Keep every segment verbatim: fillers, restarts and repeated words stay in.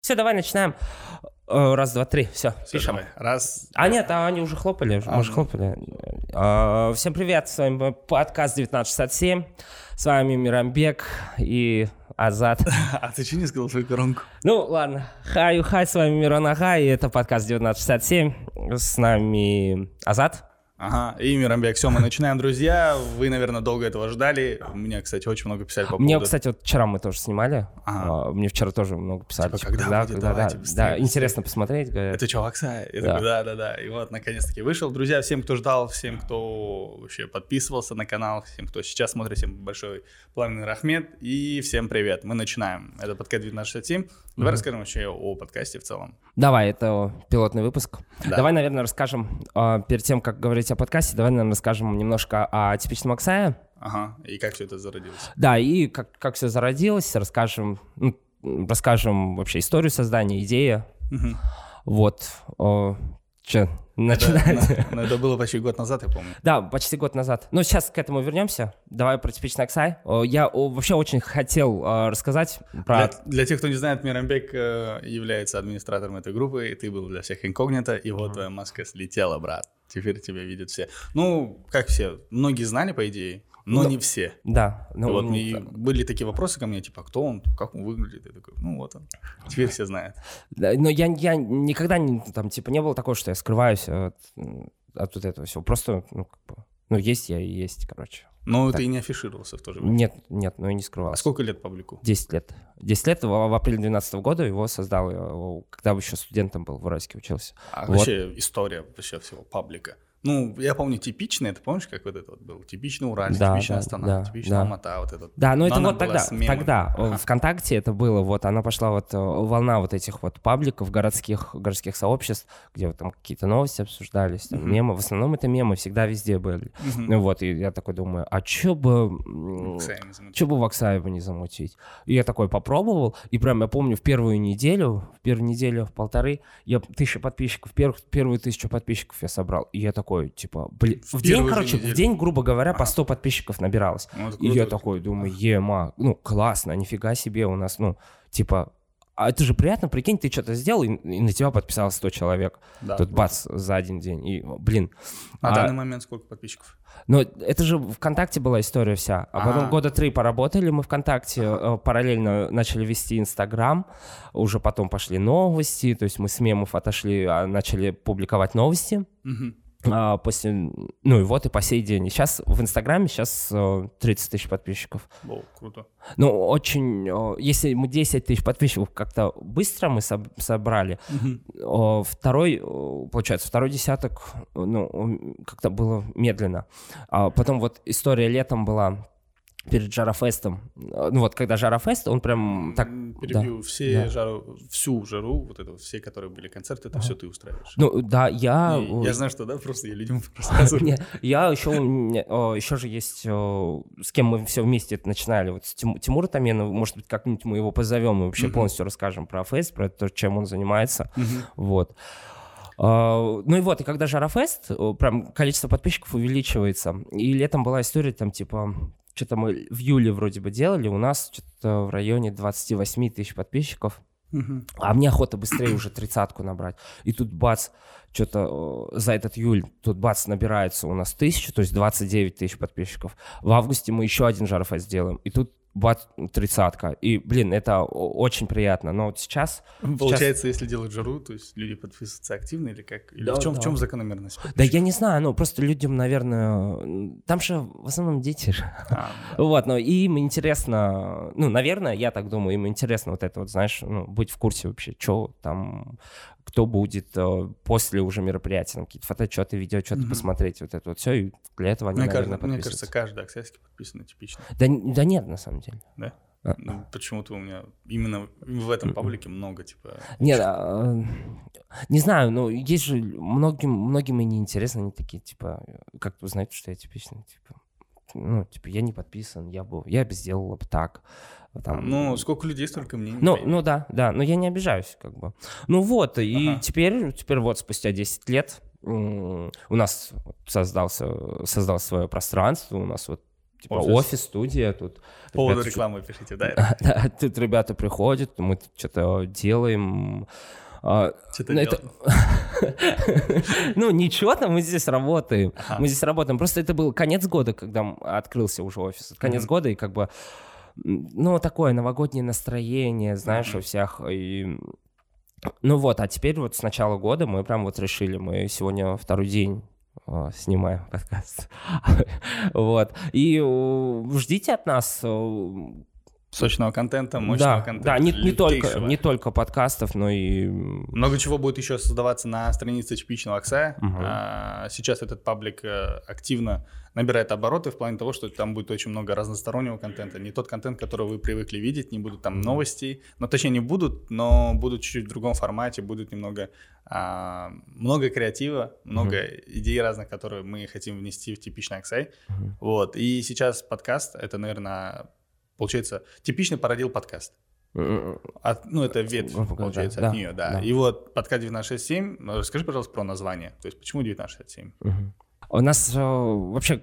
Все, давай начинаем. Раз, два, три, все, все пишем. Давай. Раз. А нет, а они уже хлопали, а, мы уже хлопали. А, всем привет, с вами подкаст девятнадцать шестьдесят семь. С вами Мирамбек и Азат. А ты что не сказал свою коронку? Ну ладно, хай, хай, с вами Мирон Ага, и это подкаст девятнадцать шестьдесят семь. С нами Азат. Ага, и Мирамбек. Все, мы начинаем, друзья. Вы, наверное, долго этого ждали. Мне, кстати, очень много писали по поводу... Мне, кстати, вот вчера мы тоже снимали. Ага. Мне вчера тоже много писали. Типа, когда, когда, когда, давайте, да, быстрее, да, быстрее. интересно посмотреть. Говорят. Это что, Оксай? Я да. такой, да-да-да. И вот, наконец-таки вышел. Друзья, всем, кто ждал, всем, кто вообще подписывался на канал, всем, кто сейчас смотрит, всем большой пламенный рахмет. И всем привет. Мы начинаем. Это подкаст девятнадцать шестьдесят семь. Давай mm-hmm. расскажем вообще о подкасте в целом. Давай, это пилотный выпуск. Да. Давай, наверное, расскажем, перед тем, как говорить о подкасте, давай, наверное, расскажем немножко о типичном Оксае. Ага, и как все это зародилось. Да, и как, как все зародилось, расскажем, ну, расскажем вообще историю создания, идеи. Угу. Вот. О, че, начинать? Но это было почти год назад, я помню. Да, почти год назад. Но сейчас к этому вернемся. Давай про типичный Оксай. Я вообще очень хотел рассказать про... Для, для тех, кто не знает, Мирамбек является администратором этой группы, ты был для всех инкогнито, и вот твоя маска слетела, брат. Теперь тебя видят все. Ну, как все, многие знали, по идее, но ну, не все. Да. Ну, вот ну, и были такие вопросы ко мне, типа, кто он, как он выглядит? Я такой, ну вот он. Теперь все знают. Да, но я, я никогда не, там, типа, не было такого, что я скрываюсь от, от вот этого всего. Просто, ну, как бы, ну, есть я и есть, короче. Но так. ты не афишировался в то же время? Нет, нет, ну, я не скрывался. А сколько лет паблику? Десять лет. Десять лет, в, в апреле двенадцатого года его создал, я, когда еще студентом был, в Уральске учился. А вот. Вообще история вообще всего паблика? Ну, я помню типичный, это помнишь, как вот это вот был? Типичный Уральск, да, типичная да, Астана, да, типичная да. Алмата, вот этот. Да, но, но это она вот тогда, тогда ага. ВКонтакте это было, вот она пошла вот волна вот этих вот пабликов городских, городских сообществ, где вот там какие-то новости обсуждались, там, uh-huh. мемы, в основном это мемы, всегда везде были. Uh-huh. Ну вот, и я такой думаю, а чё бы, чё бы в Оксае бы не замутить? И я такой попробовал, и прям я помню в первую неделю, в первую неделю, в полторы, я тысячу подписчиков, первых, первую тысячу подписчиков я собрал, и я такой, типа, блин, В, в день, короче, неделю. в день, грубо говоря, по сто подписчиков набиралось. Ну, и я такой думаю, ема, ну, классно, нифига себе у нас, ну, типа, а это же приятно, прикинь, ты что-то сделал, и, и на тебя подписалось сто человек. Да, Тут бац, за один день, и, блин. На а, данный момент сколько подписчиков? Ну, это же ВКонтакте была история вся. А, а потом года три поработали мы ВКонтакте, а параллельно начали вести Инстаграм, уже потом пошли новости, то есть мы с мемов отошли, начали публиковать новости. Угу. А, после, ну и вот и по сей день. И сейчас в Инстаграме сейчас тридцать тысяч подписчиков. О, круто. Ну, очень... Если мы десять тысяч подписчиков как-то быстро мы соб- собрали, угу. второй, получается, второй десяток, ну, как-то было медленно. А потом вот история летом была... перед Жарофестом. Ну вот, когда Жарофест, он прям так... Перебью, да, все да. Жару, всю жару, вот это, все, которые были концерты, это а. все ты устраиваешь? Ну, да, я... И, я знаю, что, да, просто я людям рассказываю. Нет, я еще... Еще же есть... С кем мы все вместе это начинали. Вот с Тимура Таменова, может быть, как-нибудь мы его позовем и вообще полностью расскажем про фест, про то, чем он занимается. Вот. Uh, ну и вот, и когда Жарофест, прям количество подписчиков увеличивается. И летом была история, там, типа, что-то мы в июле вроде бы делали, у нас что-то в районе двадцать восемь тысяч подписчиков. Uh-huh. А мне охота быстрее уже тридцатку набрать. И тут бац, что-то за этот июль, тут бац, набирается у нас тысяча, то есть двадцать девять тысяч подписчиков. В августе мы еще один Жарофест сделаем, и тут бац, тридцатка. И, блин, это очень приятно. Но вот сейчас... Получается, сейчас... если делать жару, то есть люди подписываются активно или как? Или да, в, чем, да. в чем закономерность? Да я не знаю, ну просто людям, наверное... Там же в основном дети же. А, да. Вот, но им интересно... Ну, наверное, я так думаю, им интересно вот это вот, знаешь, ну, быть в курсе вообще, что там... Кто будет э, после уже мероприятия, там, какие-то фотоотчеты, видеоотчеты mm-hmm. посмотреть, вот это вот все, и для этого они, мне наверное, кажется, Мне кажется, каждый оксайский подписан типично. Да, да нет, на самом деле. Да? А. Ну, почему-то у меня именно в этом паблике много, типа... Нет, а, не знаю, но есть же многим, многим и неинтересно, они такие, типа, как вы знаете, что я типичный, типа, ну, типа, я не подписан, я бы, я бы сделал бы так. Там, ну, сколько людей, столько мнений. Ну, ну да, да, но я не обижаюсь, как бы. Ну вот, и ага. теперь, теперь вот спустя десять лет у нас создался, создалось свое пространство, у нас вот типа офис, офис студия тут. По поводу ребята, рекламы что... пишите, да? Да, тут ребята приходят, мы что-то делаем. Что-то ну, это... ну, ничего-то, мы здесь работаем. Ага. Мы здесь работаем. Просто это был конец года, когда открылся уже офис. Конец mm-hmm. года, и как бы, ну, такое новогоднее настроение, знаешь, mm-hmm. у всех. И... Ну вот, а теперь вот с начала года мы прям вот решили, мы сегодня второй день о, снимаем подкаст. Вот. И ждите от нас... Сочного контента, мощного да, контента. Да, не, не, только, не только подкастов, но и... Много чего будет еще создаваться на странице Типичного Аксая. Угу. А, сейчас этот паблик активно набирает обороты в плане того, что там будет очень много разностороннего контента. Не тот контент, который вы привыкли видеть, не будут там новостей. Ну, точнее, не будут, но будут чуть-чуть в другом формате, будет немного... А, много креатива, много угу. идей разных, которые мы хотим внести в Типичный Аксай. Угу. Вот. И сейчас подкаст — это, наверное... Получается, типичный породил подкаст. От, ну, это ветвь, получается, да, от да, нее, да. да. И вот подкаст девятнадцать шестьдесят семь, расскажи, пожалуйста, про название. То есть, почему девятнадцать шестьдесят семь? Угу. У нас э, вообще,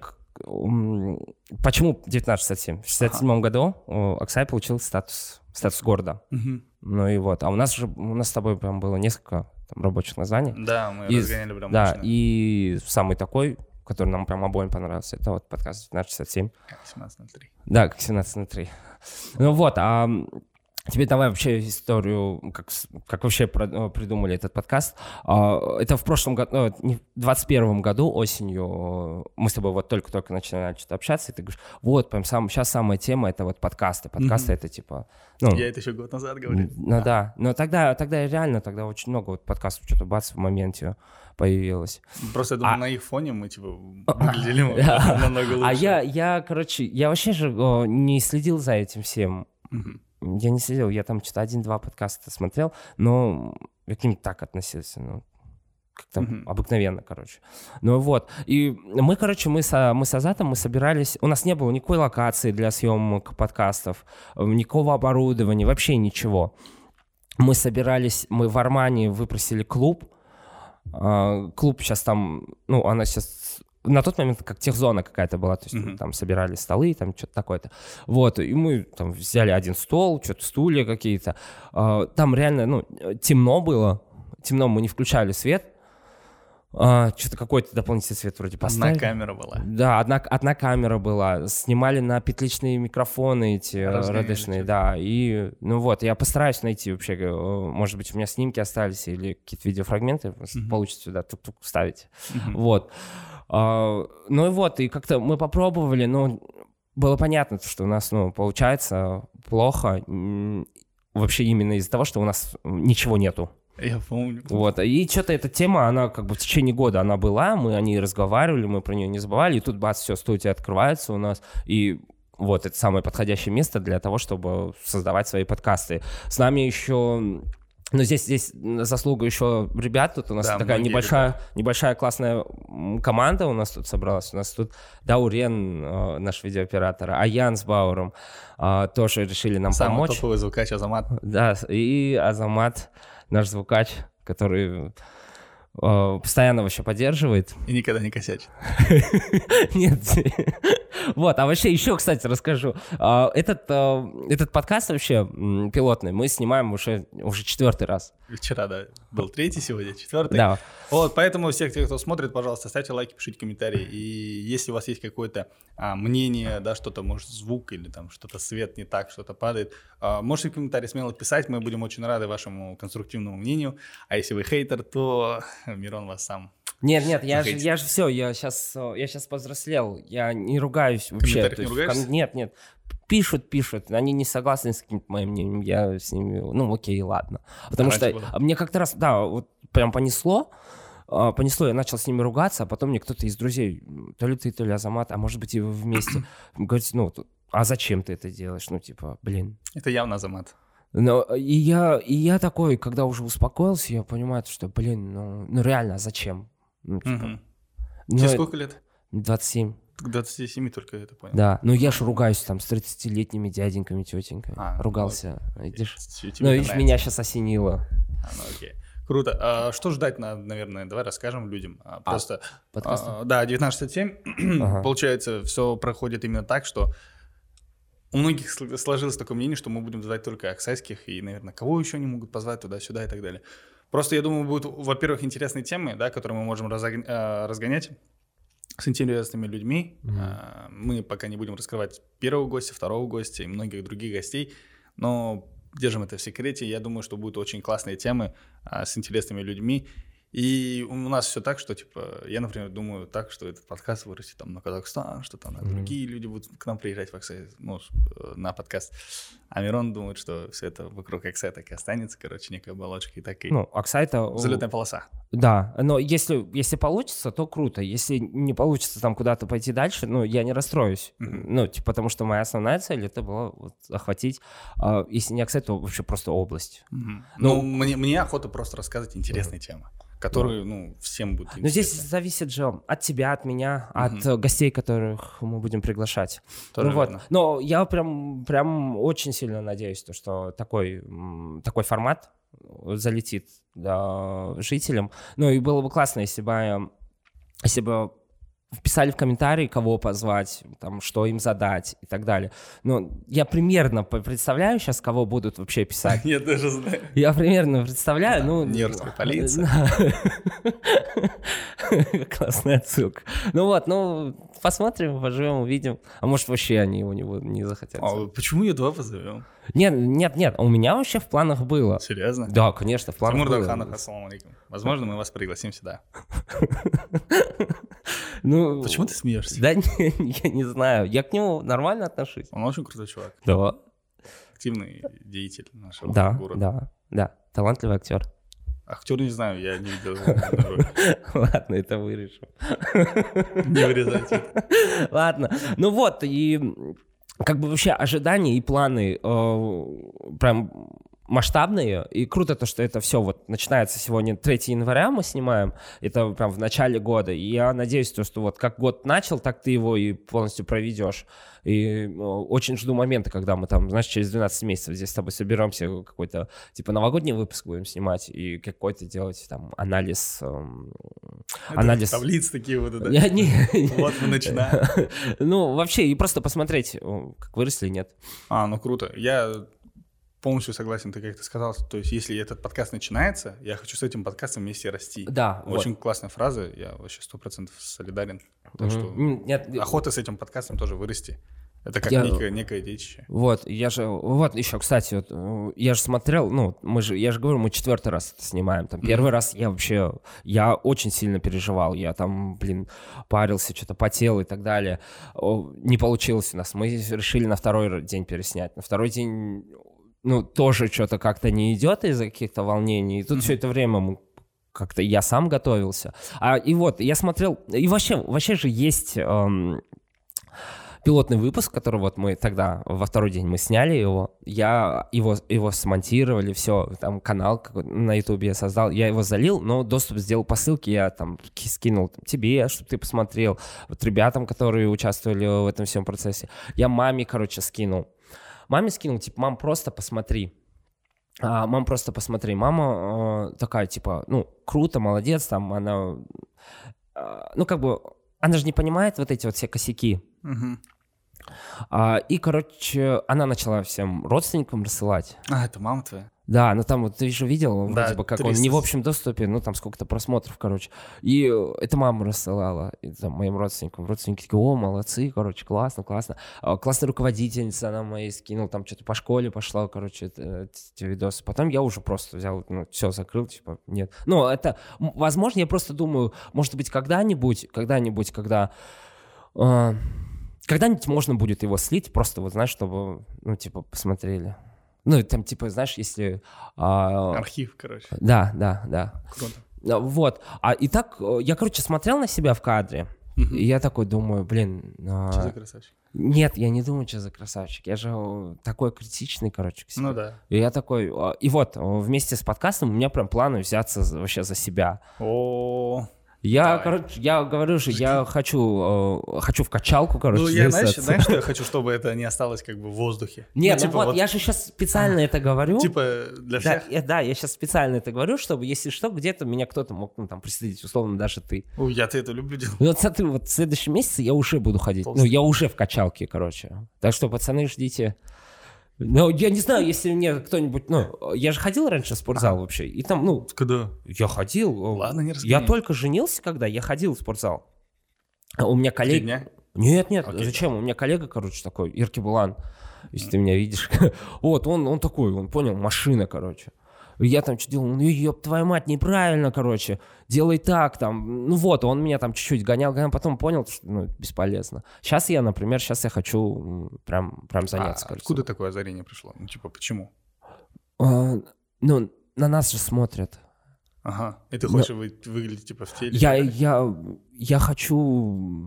почему девятнадцать шестьдесят семь? В шестьдесят седьмом ага. году Аксай получил статус, статус города. Угу. Ну и вот, а у нас же, у нас с тобой прям было несколько там, рабочих названий. Да, мы и, разгоняли прям Да, мощно. И самый такой, который нам прям обоим понравился, это вот подкаст девятнадцать шестьдесят семь. Как семнадцать ноль три. Да, как семнадцать ноль три. Ну вот, а теперь давай вообще историю, как, как вообще придумали этот подкаст. Это в прошлом году, в двадцать первом году осенью мы с тобой вот только-только начинали что-то общаться, и ты говоришь, вот, прям сам, сейчас самая тема — это вот подкасты. Подкасты mm-hmm. — это типа... Ну, я это еще год назад говорил. Ну да, да. но тогда, тогда реально, тогда очень много вот подкастов что-то бац в моменте появилось. Просто я думаю, а... на их фоне мы типа выглядели намного лучше. А я, я, короче, я вообще же не следил за этим всем. Я не следил, я там что-то один-два подкаста смотрел, но я к ним так относился, ну, как-то mm-hmm. обыкновенно, короче. Ну вот, и мы, короче, мы с, мы с Азатом, мы собирались, у нас не было никакой локации для съемок подкастов, никакого оборудования, вообще ничего. Мы собирались, мы в Армане выпросили клуб, клуб сейчас там, ну, она сейчас... На тот момент как техзона какая-то была, то есть mm-hmm. там собирали столы, там что-то такое-то. Вот, и мы там взяли один стол, что-то стулья какие-то. Там реально, ну, темно было, темно, мы не включали свет. Что-то какой-то дополнительный свет вроде поставили. Одна камера была. Да, одна, одна камера была. Снимали на петличные микрофоны эти РДшные, да. И, ну вот, я постараюсь найти вообще, может быть, у меня снимки остались или какие-то видеофрагменты, mm-hmm. получится сюда тук-тук вставить. Mm-hmm. Вот. Uh, ну и вот, и как-то мы попробовали, но было понятно, что у нас, ну, получается плохо, вообще именно из-за того, что у нас ничего нету. Я помню. Вот, и что-то эта тема, она как бы в течение года она была, мы о ней разговаривали, мы про нее не забывали, и тут, бац, все, студия открывается у нас, и вот это самое подходящее место для того, чтобы создавать свои подкасты. С нами еще... Но здесь, здесь заслуга еще ребят, тут у нас да, такая небольшая, небольшая классная команда у нас тут собралась. У нас тут Даурен, наш видеооператор, Аян с Бауром тоже решили нам Самый помочь. Самый топовый звукач Азамат. Да, и Азамат, наш звукач, который... постоянно вообще поддерживает. И никогда не косячит. Нет. Вот, а вообще еще, кстати, расскажу. Этот, этот подкаст вообще пилотный мы снимаем уже, уже четвертый раз. Вчера, да, был третий, сегодня четвертый. Да. Вот, поэтому всех тех, кто смотрит, пожалуйста, ставьте лайки, пишите комментарии. И если у вас есть какое-то а, мнение, да, что-то, может, звук или там что-то свет не так, что-то падает, а, можете в комментарии смело писать, мы будем очень рады вашему конструктивному мнению. А если вы хейтер, то Мирон вас сам... Нет, нет, я же, я же все, я сейчас, я сейчас повзрослел, я не ругаюсь вообще. В комментариях не ругаешься? Нет, нет, пишут, пишут, они не согласны с каким-то моим мнением, я с ними, ну окей, ладно. Потому а что было? Мне как-то раз, да, вот прям понесло, понесло, я начал с ними ругаться, а потом мне кто-то из друзей, то ли ты, то ли Азамат, а может быть и вы вместе, говорит, ну, а зачем ты это делаешь, ну типа, блин. Это явно Азамат. Но и я, и я такой, когда уже успокоился, я понимаю, что, блин, ну, ну реально, а зачем? Ну, типа, угу. ну, тебе сколько лет? двадцать семь. К двадцати семи только это понял. Да, ну я ж ругаюсь там с тридцатилетними дяденьками, тетеньками. А, ругался, ну, видишь? Ну, видишь, меня сейчас осенило. А, ну окей. Круто. А что ждать, на, наверное, давай расскажем людям. А, просто, подкаст? А, да, девятнадцать шестьдесят семь, ага. Получается, все проходит именно так, что у многих сложилось такое мнение, что мы будем звать только аксайских, и, наверное, кого еще они могут позвать туда-сюда и так далее. Просто, я думаю, будут, во-первых, интересные темы, да, которые мы можем разог... разгонять с интересными людьми. Mm-hmm. Мы пока не будем раскрывать первого гостя, второго гостя и многих других гостей, но держим это в секрете. Я думаю, что будут очень классные темы а, с интересными людьми. И у нас все так, что, типа, я, например, думаю так, что этот подкаст вырастет там на Казахстан, что там mm-hmm. другие люди будут к нам приезжать в Аксай, ну, на подкаст. А Мирон думает, что все это вокруг Аксай так и останется, короче, некая оболочка, и так и ну, Аксай это... взлетная полоса. Да, но если, если получится, то круто. Если не получится там куда-то пойти дальше, ну, я не расстроюсь. Mm-hmm. Ну, типа, потому что моя основная цель — это была вот охватить, а, если не Аксай, то вообще просто область. Mm-hmm. Ну, ну мне, мне охота просто рассказать интересные mm-hmm. темы, которые, ну, всем будут интересны. Но здесь зависит же от тебя, от меня, mm-hmm. от гостей, которых мы будем приглашать. Тоже ну, вот. Но я прям, прям очень сильно надеюсь, то, что такой, такой формат залетит, да, жителям. Ну и было бы классно, если бы, если бы вписали в комментарии, кого позвать, там, что им задать и так далее. Ну, я примерно представляю сейчас, кого будут вообще писать. Я даже знаю. Я примерно представляю. Ну, Нью-Йоркская полиция. Классная отсылка. Ну вот, ну, посмотрим, поживем, увидим. А может, вообще они его не, не захотят. А почему ее два позовем? Нет, нет, нет, у меня вообще в планах было. Серьезно? Да, конечно, в планах Тимур было. Дарханов, ассаламу алейкум. Возможно, мы вас пригласим сюда. Ну, почему ты смеешься? Да, не, я не знаю. Я к нему нормально отношусь. Он очень крутой чувак. Да. Активный деятель нашего да, города. Да, да, талантливый актер. Актер не знаю, я не видел. Ладно, это вырежем. Не вырезайте. Ладно, ну вот, и как бы вообще ожидания и планы прям масштабные, и круто то, что это все вот начинается сегодня третьего января мы снимаем, это прям в начале года, и я надеюсь, то, что вот как год начал, так ты его и полностью проведешь, и ну, очень жду момента, когда мы там, знаешь, через двенадцать месяцев здесь с тобой соберемся, какой-то типа новогодний выпуск будем снимать и какой-то делать там анализ. Эм, анализ. Таблицы такие вот, да? Я, не, вот мы начинаем. Ну, вообще, и просто посмотреть, как выросли, нет. А, ну круто. Я полностью согласен, ты как ты сказал. То есть, если этот подкаст начинается, я хочу с этим подкастом вместе расти. Да. Очень вот. классная фраза, я вообще сто процентов солидарен. Так mm-hmm. что Нет, охота с этим подкастом тоже вырасти. Это как я... некое, некое детище. Вот, я же, вот еще, кстати, вот, я же смотрел, ну, мы же, я же говорю, мы четвертый раз это снимаем. Там, первый mm-hmm. раз я вообще, я очень сильно переживал, я там, блин, парился, что-то потел и так далее. Не получилось у нас, мы решили на второй день переснять. На второй день... Ну, тоже что-то как-то не идет из-за каких-то волнений. И тут mm-hmm. все это время мы как-то я сам готовился. А, и вот, я смотрел... И вообще, вообще же есть эм, пилотный выпуск, который вот мы тогда, во второй день мы сняли его. Я его, его смонтировали, все, там канал на ютубе я создал. Я его залил, но доступ сделал по ссылке. Я там скинул там, тебе, чтобы ты посмотрел. Вот ребятам, которые участвовали в этом всем процессе. Я маме, короче, скинул. Маме скинул, типа, мам, просто посмотри. А, мам, просто посмотри. Мама э, такая, типа, ну, круто, молодец, там, она... Э, ну, как бы, она же не понимает вот эти вот все косяки. Угу. А, и, короче, она начала всем родственникам рассылать. А, это мама твоя? Да, ну там вот ты же видел, да, вроде бы, как триста. Он не в общем доступе, ну там сколько-то просмотров, короче. И это мама рассылала и, там, моим родственникам. Родственники такие, о, молодцы, короче, классно, классно. А, классная руководительница она моей скинула, там что-то по школе пошла, короче, это, эти видосы. Потом я уже просто взял, ну, все закрыл, типа, нет. Ну, это, возможно, я просто думаю, может быть, когда-нибудь, когда-нибудь, когда... Э, когда-нибудь можно будет его слить, просто вот, знаешь, чтобы, ну, типа, посмотрели. Ну, там, типа, знаешь, если... А... Архив, короче. Да, да, да. Круто. Вот. А и так, я, короче, смотрел на себя в кадре, uh-huh. и я такой думаю, блин... А... Что за красавчик? Нет, я не думаю, что за красавчик. Я же такой критичный, короче, к себе. Ну да. И я такой... И вот, вместе с подкастом у меня прям планы взяться вообще за себя. О, Я, Давай. короче, я говорю же, я хочу, э, хочу в качалку, короче. Ну, я, знаешь, записаться. знаешь, что я хочу, чтобы это не осталось как бы в воздухе? Нет, ну, ну типа, вот, я же сейчас специально это говорю. Типа для Да, всех? я, да, я сейчас специально это говорю, чтобы, если что, где-то меня кто-то мог, ну, там, пристыдить, условно, даже ты. Ой, я-то это люблю делать. Ну, вот смотри, вот в следующем месяце я уже буду ходить. Толстый. Ну, я уже в качалке, короче. Так что, пацаны, ждите. Ну, я не знаю, если мне кто-нибудь... Ну, я же ходил раньше в спортзал вообще. И там, ну... Когда? Я ходил. Ладно, не Я разгоняй. только женился, когда я ходил в спортзал. А у меня Три коллега... дня? Нет, нет, Окей. зачем? У меня коллега, короче, такой, Ирки Булан, если ты меня видишь. Вот, он, он такой, он понял, машина, короче. И я там что делал, ну, ёб твою мать, неправильно, короче, делай так, там, ну вот, он меня там чуть-чуть гонял, гонял, потом понял, что, ну, бесполезно. Сейчас я, например, сейчас я хочу м, прям, прям заняться. А кажется. откуда такое озарение пришло? Ну, типа, почему? А, ну, на нас же смотрят. Ага. И ты Но- хочешь вы- выглядеть, типа, в теле? Я, я, я хочу...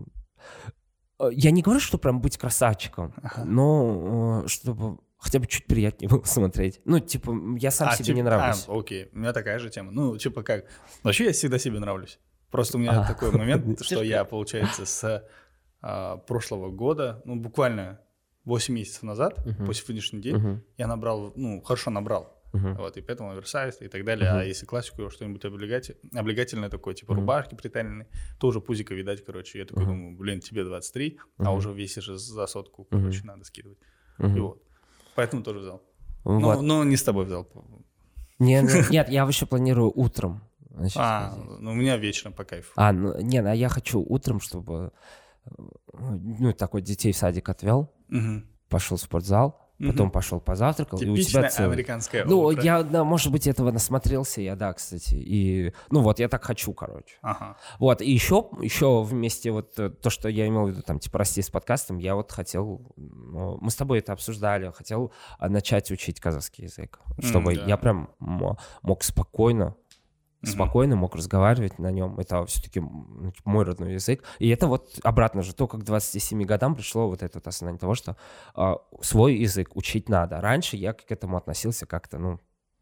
э, Я не говорю, что прям быть красавчиком, Ага. но э, чтобы хотя бы чуть приятнее было смотреть. Ну, типа, я сам А, себе типа- не нравлюсь. А, окей, у меня такая же тема. Ну, типа как? Вообще я всегда себе нравлюсь. Просто у меня А. такой момент, что я, получается, с а, прошлого года, ну, буквально восемь месяцев назад, Мгм. по сегодняшний день, Мгм, я набрал, ну, хорошо набрал. мгм, Вот, и поэтому оверсайз и так далее. Мгм. А если классику, что-нибудь облигати... облегательное такое, типа Мгм. рубашки приталенные, тоже пузико видать, короче. Я такой Мгм. думаю, блин, тебе двадцать три, а Мгм. уже весишь за сотку, Мгм. короче, надо скидывать. И мгм. вот. Поэтому тоже взял. Вот. Но, но не с тобой взял. Не, не, нет, я вообще планирую утром. значит, А, ходить. ну у меня вечно по кайфу. А, ну, не, а я хочу утром, чтобы, э, ну, такой детей в садик отвел, Мгм. пошел в спортзал, Мгм. потом пошел позавтракал, и у тебя Типичное целый... американское Ну, утро. я, да, может быть, этого насмотрелся я, да, кстати. И, ну, вот, я так хочу, короче. Ага. Вот, и еще, еще вместе вот э, то, что я имел в виду, там, типа, расти с подкастом, я вот хотел, ну, мы с тобой это обсуждали, хотел а, начать учить казахский язык, чтобы да. я прям м- мог спокойно, Мгм. спокойно мог разговаривать на нем. Это все-таки м, типа, мой родной язык. И это вот обратно же, только к двадцати семи годам пришло вот это вот осознание того, что а, свой язык учить надо. Раньше я к этому относился как-то, ну,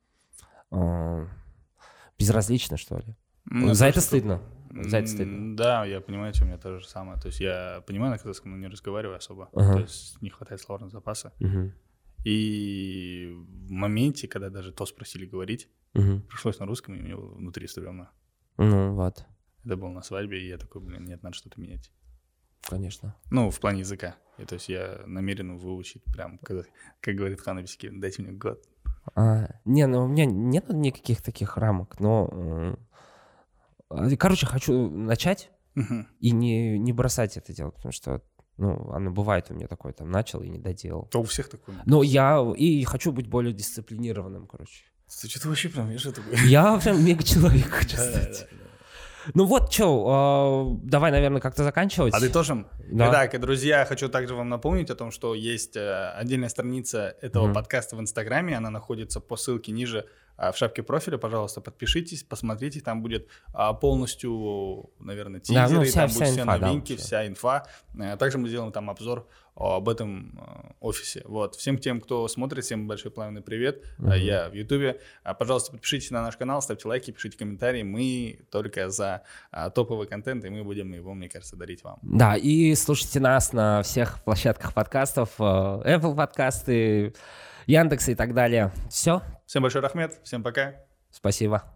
а, безразлично, что ли. Ну, За то, это что- стыдно. За это М, стыдно. Да, я понимаю, что у меня то же самое. То есть я понимаю на казахском, но не разговариваю особо. Ага. То есть не хватает словарного запаса. Мгм. И в моменте, когда даже то спросили говорить, Мгм. пришлось на русском, и мне внутри стрёмно. Ну, вот, Это было на свадьбе, и я такой, блин, нет, надо что-то менять. конечно. Ну, в плане языка. И, то есть я намерен выучить прям, когда, как говорит Хана Бисикин, дайте мне год. А, не, ну у меня нет никаких таких рамок, но... м, а, короче, хочу начать Мгм. и не, не бросать это дело, потому что, ну, оно бывает у меня такое, там, начал и не доделал. То у всех такое. Но я и хочу быть более дисциплинированным, короче. Ты что-то вообще прям, видишь, это... Я прям мега-человек хочу Да, да, стать. да. Ну вот, что, давай, наверное, как-то заканчивать. А ты тоже? Да. Итак, друзья, хочу также вам напомнить о том, что есть э, отдельная страница этого Мгм. подкаста в Инстаграме, она находится по ссылке ниже а, в шапке профиля, пожалуйста, подпишитесь, посмотрите, там будет а, полностью, наверное, Да, тизеры, ну, вся- там вся будут все инфа, да, новинки, всё. вся инфа. Э, Также мы сделаем там обзор о- об этом э, офисе. Вот, всем тем, кто смотрит, всем большой пламенный привет. Мгм. Э, Я в Ютубе. А, Пожалуйста, подпишитесь на наш канал, ставьте лайки, пишите комментарии. Мы только за а, топовый контент, и мы будем его, мне кажется, дарить вам. Да, и слушайте нас на всех площадках подкастов, э, Apple подкасты, Яндекс и так далее. Все, Всем большой рахмет, всем пока. спасибо.